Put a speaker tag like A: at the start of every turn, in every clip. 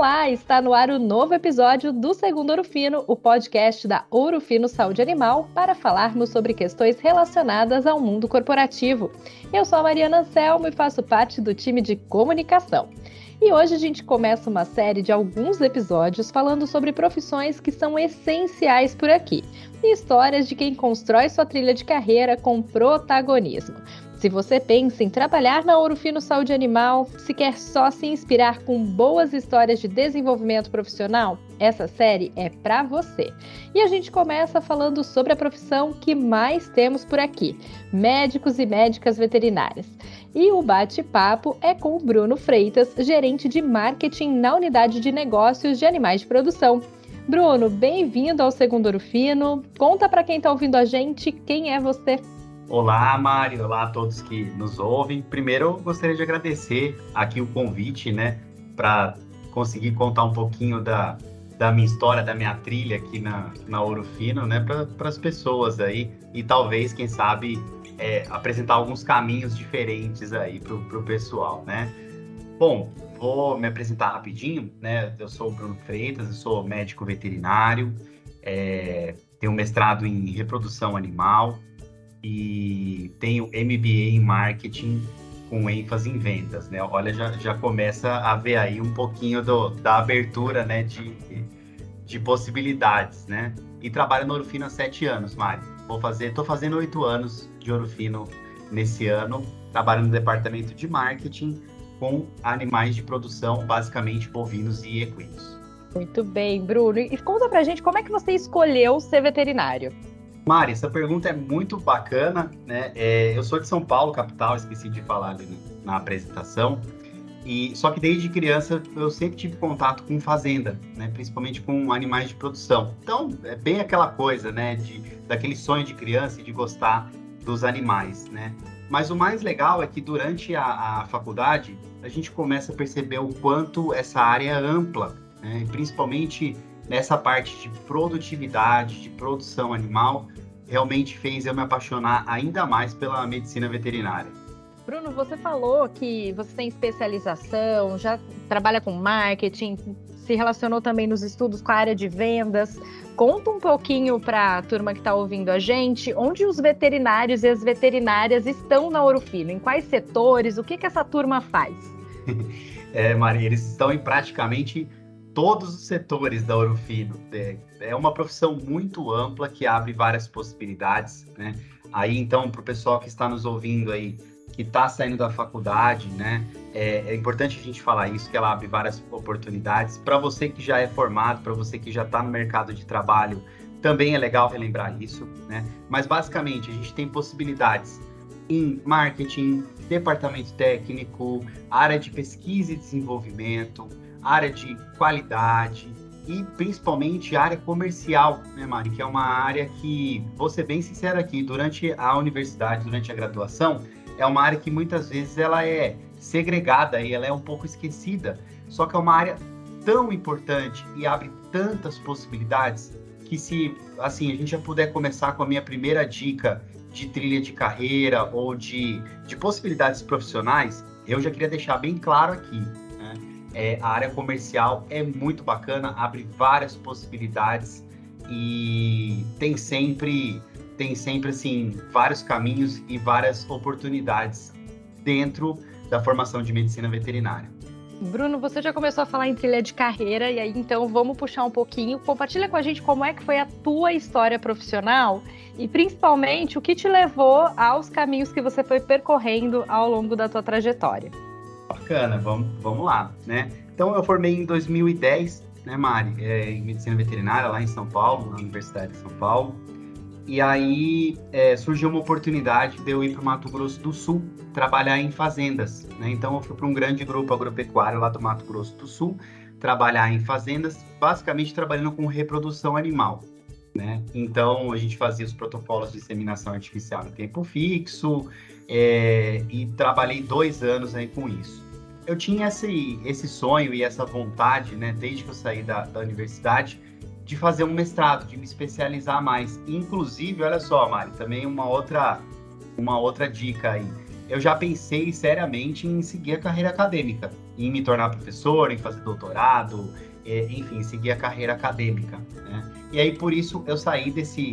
A: Olá, está no ar o novo episódio do Segundo Ouro Fino, o podcast da Ouro Fino Saúde Animal, para falarmos sobre questões relacionadas ao mundo corporativo. Eu sou a Mariana Anselmo e faço parte do time de comunicação. E hoje a gente começa uma série de alguns episódios falando sobre profissões que são essenciais por aqui e histórias de quem constrói sua trilha de carreira com protagonismo. Se você pensa em trabalhar na Ouro Fino Saúde Animal, se quer só se inspirar com boas histórias de desenvolvimento profissional, essa série é para você. E a gente começa falando sobre a profissão que mais temos por aqui, médicos e médicas veterinárias. E o bate-papo é com o Bruno Freitas, gerente de marketing na unidade de negócios de animais de produção. Bruno, bem-vindo ao Segundo Ouro Fino. Conta para quem está ouvindo a gente quem é você.
B: Olá, Mari. Olá a todos que nos ouvem. Primeiro, eu gostaria de agradecer aqui o convite, para conseguir contar um pouquinho da minha história, da minha trilha aqui na Ouro Fino, para as pessoas aí e talvez, quem sabe, apresentar alguns caminhos diferentes aí para o pessoal, Bom, vou me apresentar rapidinho, Eu sou o Bruno Freitas, eu sou médico veterinário, tenho mestrado em reprodução animal, e tenho MBA em marketing com ênfase em vendas, Olha, já começa a ver aí um pouquinho da abertura, de possibilidades, E trabalho no Ouro Fino há 7 anos, Mari. Tô fazendo 8 anos de Ouro Fino nesse ano, trabalhando no departamento de marketing com animais de produção, basicamente bovinos e equinos.
A: Muito bem, Bruno. E conta pra gente como é que você escolheu ser veterinário?
B: Mari, essa pergunta é muito bacana, Eu sou de São Paulo, capital, esqueci de falar ali na apresentação. Só que desde criança eu sempre tive contato com fazenda, Principalmente com animais de produção. Então, é bem aquela coisa, daquele sonho de criança e de gostar dos animais, Mas o mais legal é que durante a faculdade a gente começa a perceber o quanto essa área é ampla, Principalmente nessa parte de produtividade, de produção animal, realmente fez eu me apaixonar ainda mais pela medicina veterinária.
A: Bruno, você falou que você tem especialização, já trabalha com marketing, se relacionou também nos estudos com a área de vendas. Conta um pouquinho para a turma que está ouvindo a gente, onde os veterinários e as veterinárias estão na Ouro Fino, em quais setores, o que essa turma faz?
B: Maria, eles estão em praticamente todos os setores da Ouro Fino. É uma profissão muito ampla que abre várias possibilidades, Aí, então, para o pessoal que está nos ouvindo aí, que está saindo da faculdade, é importante a gente falar isso, que ela abre várias oportunidades. Para você que já é formado, para você que já está no mercado de trabalho, também é legal relembrar isso, Mas, basicamente, a gente tem possibilidades em marketing, departamento técnico, área de pesquisa e desenvolvimento, área de qualidade e principalmente área comercial, Mari? Que é uma área que, vou ser bem sincero aqui, durante a universidade, durante a graduação, é uma área que muitas vezes ela é segregada e ela é um pouco esquecida, só que é uma área tão importante e abre tantas possibilidades que se, assim, a gente já puder começar com a minha primeira dica de trilha de carreira ou de possibilidades profissionais, eu já queria deixar bem claro aqui, a área comercial é muito bacana, abre várias possibilidades e tem sempre assim, vários caminhos e várias oportunidades dentro da formação de medicina veterinária.
A: Bruno, você já começou a falar em trilha de carreira, e aí então vamos puxar um pouquinho. Compartilha com a gente como é que foi a tua história profissional e principalmente o que te levou aos caminhos que você foi percorrendo ao longo da tua trajetória.
B: Bacana, vamos lá, Então, eu formei em 2010, Mari, em medicina veterinária lá em São Paulo, na Universidade de São Paulo. E aí surgiu uma oportunidade de eu ir para o Mato Grosso do Sul trabalhar em fazendas, Então, eu fui para um grande grupo agropecuário lá do Mato Grosso do Sul trabalhar em fazendas, basicamente trabalhando com reprodução animal, Então, a gente fazia os protocolos de inseminação artificial em tempo fixo e trabalhei 2 anos aí com isso. Eu tinha esse sonho e essa vontade, desde que eu saí da universidade, de fazer um mestrado, de me especializar mais. Inclusive, olha só, Mari, também uma outra dica aí. eu já pensei seriamente em seguir a carreira acadêmica, em me tornar professor, em fazer doutorado, enfim, seguir a carreira acadêmica, né? E aí, por isso, eu saí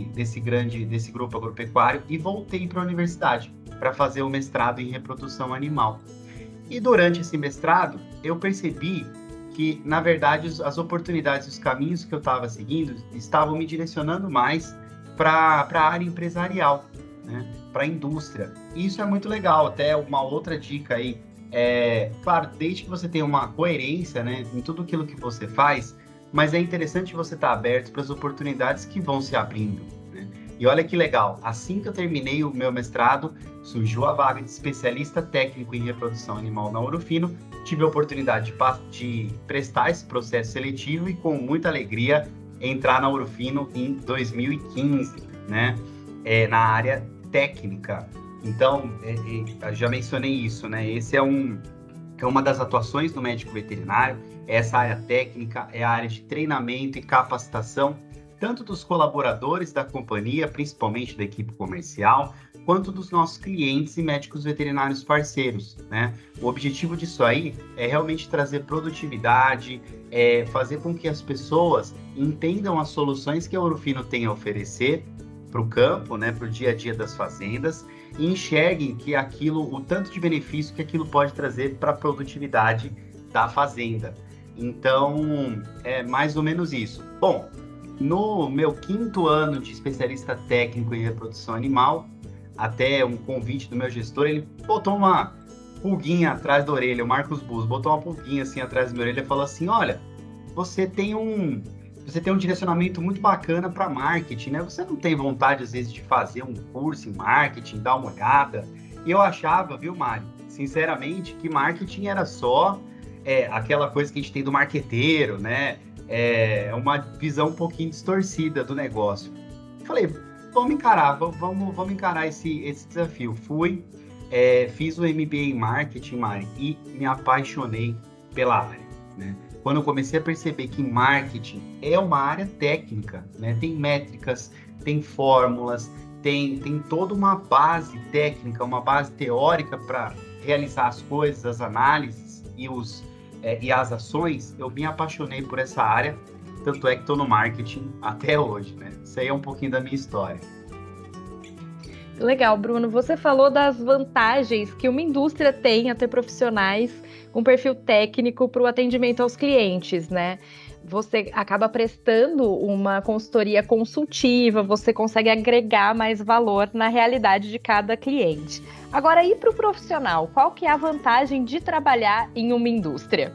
B: desse grupo agropecuário e voltei para a universidade para fazer o mestrado em reprodução animal. E durante esse mestrado, eu percebi que, na verdade, as oportunidades, os caminhos que eu estava seguindo estavam me direcionando mais para a área empresarial, né? Para a indústria. E isso é muito legal. Até uma outra dica aí, claro, desde que você tenha uma coerência, né, em tudo aquilo que você faz, mas é interessante você estar aberto para as oportunidades que vão se abrindo, né? E olha que legal, assim que eu terminei o meu mestrado, surgiu a vaga de especialista técnico em reprodução animal na Ouro Fino, tive a oportunidade de prestar esse processo seletivo e, com muita alegria, entrar na Ouro Fino em 2015, né? Na área técnica. Então, já mencionei isso, né? Esse é uma das atuações do médico veterinário. Essa área técnica é a área de treinamento e capacitação, tanto dos colaboradores da companhia, principalmente da equipe comercial, quanto dos nossos clientes e médicos veterinários parceiros, né? O objetivo disso aí é realmente trazer produtividade, fazer com que as pessoas entendam as soluções que a Ouro Fino tem a oferecer para o campo, né, para o dia a dia das fazendas, e enxerguem que o tanto de benefício que aquilo pode trazer para a produtividade da fazenda. Então, é mais ou menos isso. Bom, no meu 5º ano de especialista técnico em reprodução animal, até um convite do meu gestor, ele botou uma pulguinha atrás da orelha, o Marcos Bus, botou uma pulguinha assim atrás da minha orelha e falou assim: olha, você tem um direcionamento muito bacana para marketing, né? Você não tem vontade, às vezes, de fazer um curso em marketing, dar uma olhada? E eu achava, viu, Mari, sinceramente, que marketing era só aquela coisa que a gente tem do marqueteiro, né? Uma visão um pouquinho distorcida do negócio. Falei, vamos encarar esse desafio. Fui, fiz o MBA em marketing, Mari, e me apaixonei pela área, né? Quando eu comecei a perceber que marketing é uma área técnica, né? Tem métricas, tem fórmulas, tem toda uma base técnica, uma base teórica para realizar as coisas, as análises e as ações, eu me apaixonei por essa área, tanto é que estou no marketing até hoje, né? Isso aí é um pouquinho da minha história.
A: Legal, Bruno. Você falou das vantagens que uma indústria tem a ter profissionais com perfil técnico para o atendimento aos clientes, né? Você acaba prestando uma consultoria consultiva, você consegue agregar mais valor na realidade de cada cliente. Agora, e para o profissional? Qual que é a vantagem de trabalhar em uma indústria?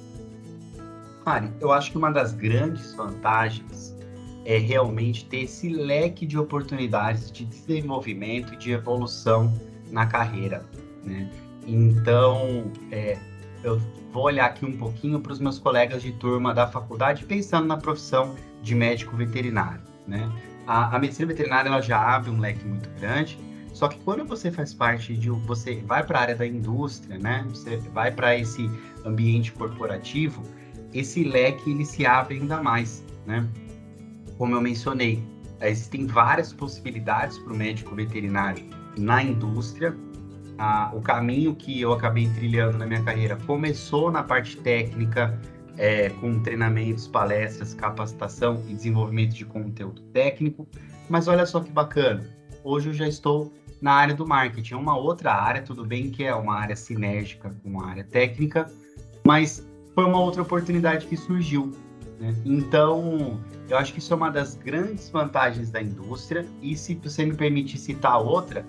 B: Mari, eu acho que uma das grandes vantagens é realmente ter esse leque de oportunidades de desenvolvimento e de evolução na carreira, né? Então, eu vou olhar aqui um pouquinho para os meus colegas de turma da faculdade, pensando na profissão de médico veterinário, né? A medicina veterinária, ela já abre um leque muito grande, só que quando você faz parte você vai para a área da indústria, né? Você vai para esse ambiente corporativo, esse leque ele se abre ainda mais, né? Como eu mencionei, existem várias possibilidades para o médico veterinário na indústria. O caminho que eu acabei trilhando na minha carreira começou na parte técnica, com treinamentos, palestras, capacitação e desenvolvimento de conteúdo técnico. Mas olha só que bacana, hoje eu já estou na área do marketing. É uma outra área, tudo bem que é uma área sinérgica com a área técnica, mas foi uma outra oportunidade que surgiu, né? Então, eu acho que isso é uma das grandes vantagens da indústria. E se você me permitir citar outra,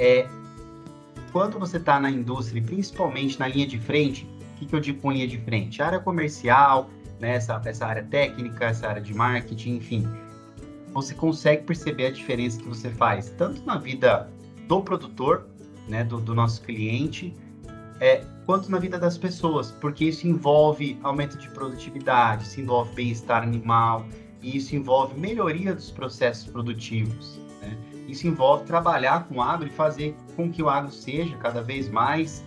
B: quando você está na indústria, e principalmente na linha de frente, o que eu digo com linha de frente? A área comercial, né, essa área técnica, essa área de marketing, enfim, você consegue perceber a diferença que você faz, tanto na vida do produtor, né, do nosso cliente, quanto na vida das pessoas, porque isso envolve aumento de produtividade, isso envolve bem-estar animal, e isso envolve melhoria dos processos produtivos, né? Isso envolve trabalhar com o agro e fazer com que o agro seja cada vez mais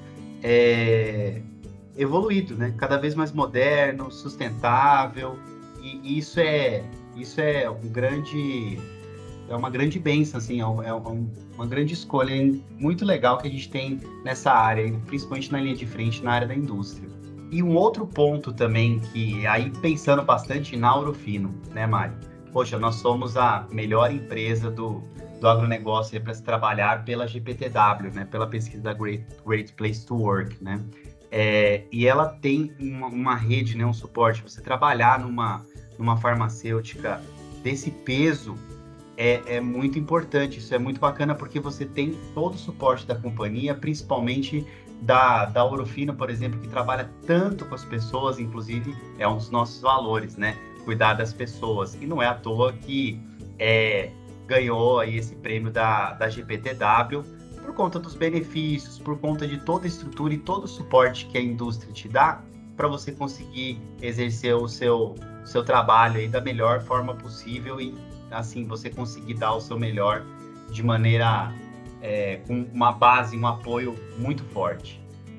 B: evoluído, né? Cada vez mais moderno, sustentável, e isso é um grande uma grande bênção, assim, uma grande escolha muito legal que a gente tem nessa área, principalmente na linha de frente, na área da indústria. E um outro ponto também, que aí pensando bastante na Ouro Fino, né, Mari? Poxa, nós somos a melhor empresa do agronegócio para se trabalhar pela GPTW, né, pela pesquisa da Great Place to Work, né? E ela tem uma rede, né, um suporte. Você trabalhar numa farmacêutica desse peso é muito importante. Isso é muito bacana porque você tem todo o suporte da companhia, principalmente da Ouro Fino, por exemplo, que trabalha tanto com as pessoas, inclusive é um dos nossos valores, né? Cuidar das pessoas. E não é à toa que ganhou aí esse prêmio da GPTW por conta dos benefícios, por conta de toda a estrutura e todo o suporte que a indústria te dá para você conseguir exercer o seu trabalho aí da melhor forma possível e assim você conseguir dar o seu melhor de maneira com uma base, um apoio muito forte.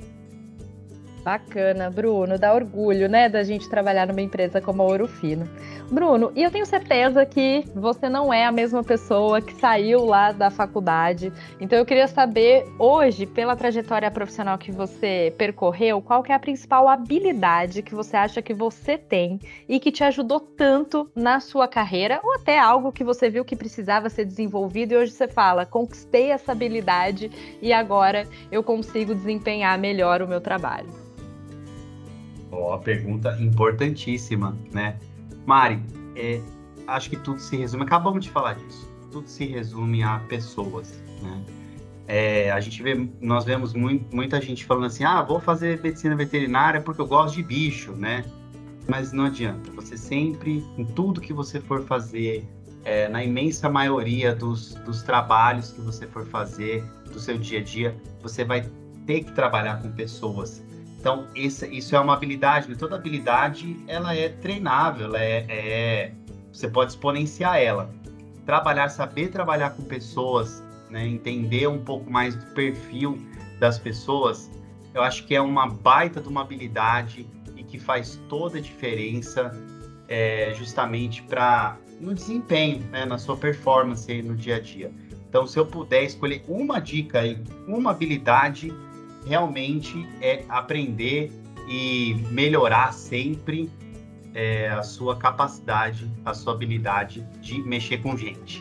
A: Bacana, Bruno, dá orgulho, né, da gente trabalhar numa empresa como a Ouro Fino. Bruno, e eu tenho certeza que você não é a mesma pessoa que saiu lá da faculdade, então eu queria saber hoje, pela trajetória profissional que você percorreu, qual que é a principal habilidade que você acha que você tem e que te ajudou tanto na sua carreira, ou até algo que você viu que precisava ser desenvolvido e hoje você fala, conquistei essa habilidade e agora eu consigo desempenhar melhor o meu trabalho.
B: Ó, pergunta importantíssima, né? Mari, acho que tudo se resume, acabamos de falar disso, tudo se resume a pessoas, né? Nós vemos muita gente falando assim, vou fazer medicina veterinária porque eu gosto de bicho, né? Mas não adianta, você sempre, em tudo que você for fazer, na imensa maioria dos trabalhos que você for fazer, do seu dia a dia, você vai ter que trabalhar com pessoas. Então, isso é uma habilidade, né? Toda habilidade, ela é treinável, você pode exponenciar ela. Saber trabalhar com pessoas, né? Entender um pouco mais do perfil das pessoas, eu acho que é uma baita de uma habilidade e que faz toda a diferença justamente no desempenho, né? Na sua performance aí no dia a dia. Então, se eu puder escolher uma dica aí, uma habilidade, realmente é aprender e melhorar sempre a sua capacidade, a sua habilidade de mexer com gente.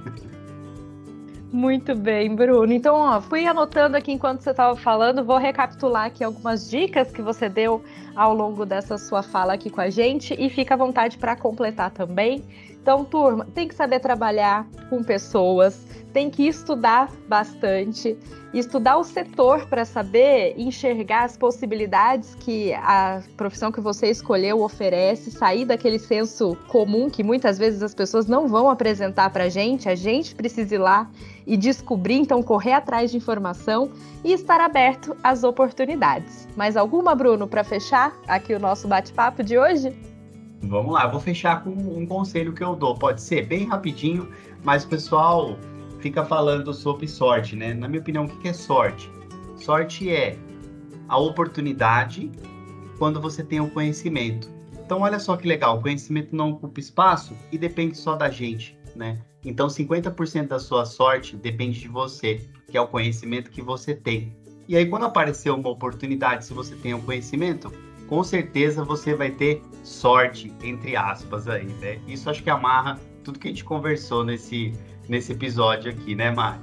A: Muito bem, Bruno. Então, fui anotando aqui enquanto você estava falando, vou recapitular aqui algumas dicas que você deu ao longo dessa sua fala aqui com a gente e fica à vontade para completar também. Então, turma, tem que saber trabalhar com pessoas, tem que estudar bastante, estudar o setor para saber enxergar as possibilidades que a profissão que você escolheu oferece, sair daquele senso comum que muitas vezes as pessoas não vão apresentar para a gente precisa ir lá e descobrir, então correr atrás de informação e estar aberto às oportunidades. Mais alguma, Bruno, para fechar aqui o nosso bate-papo de hoje?
B: Vamos lá, vou fechar com um conselho que eu dou, pode ser bem rapidinho, mas o pessoal fica falando sobre sorte, né? Na minha opinião, o que é sorte? Sorte é a oportunidade quando você tem o conhecimento. Então, olha só que legal, o conhecimento não ocupa espaço e depende só da gente, né? Então, 50% da sua sorte depende de você, que é o conhecimento que você tem. E aí, quando aparecer uma oportunidade, se você tem o conhecimento, com certeza você vai ter sorte, entre aspas, aí, né? Isso acho que amarra tudo que a gente conversou nesse episódio aqui, né, Mari?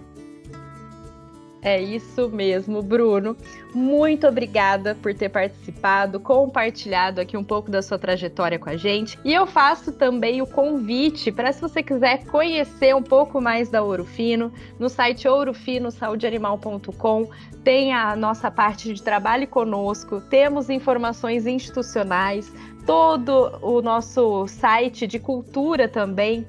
A: É isso mesmo, Bruno. Muito obrigada por ter participado, compartilhado aqui um pouco da sua trajetória com a gente. E eu faço também o convite para, se você quiser conhecer um pouco mais da Ouro Fino, no site ourofinosaudeanimal.com tem a nossa parte de trabalho conosco, temos informações institucionais, todo o nosso site de cultura também,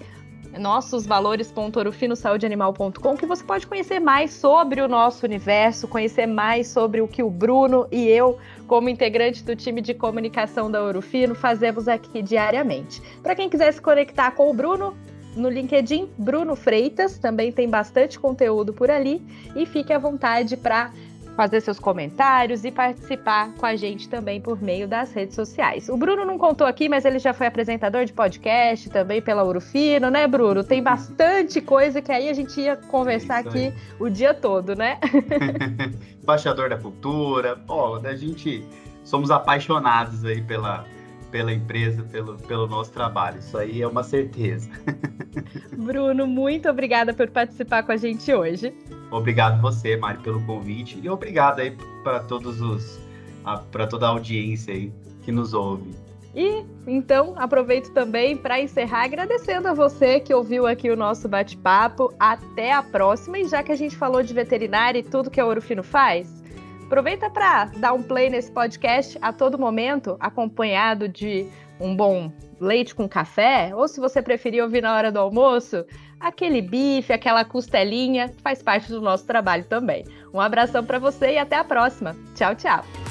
A: nossosvalores.ourofinosaudeanimal.com, que você pode conhecer mais sobre o nosso universo, conhecer mais sobre o que o Bruno e eu, como integrante do time de comunicação da Ouro Fino, fazemos aqui diariamente. Para quem quiser se conectar com o Bruno, no LinkedIn, Bruno Freitas, também tem bastante conteúdo por ali, e fique à vontade para fazer seus comentários e participar com a gente também por meio das redes sociais. O Bruno não contou aqui, mas ele já foi apresentador de podcast também pela Ouro Fino, né, Bruno? Tem bastante coisa que aí a gente ia conversar aqui o dia todo, né?
B: Embaixador da cultura, a gente somos apaixonados aí pela empresa, pelo nosso trabalho. Isso aí é uma certeza.
A: Bruno, muito obrigada por participar com a gente hoje.
B: Obrigado você, Mari, pelo convite e obrigado aí para toda a audiência aí que nos ouve.
A: E então aproveito também para encerrar agradecendo a você que ouviu aqui o nosso bate-papo. Até a próxima. E já que a gente falou de veterinária e tudo que a Ouro Fino faz, aproveita para dar um play nesse podcast a todo momento, acompanhado de um bom leite com café, ou se você preferir ouvir na hora do almoço, aquele bife, aquela costelinha, faz parte do nosso trabalho também. Um abração para você e até a próxima. Tchau, tchau.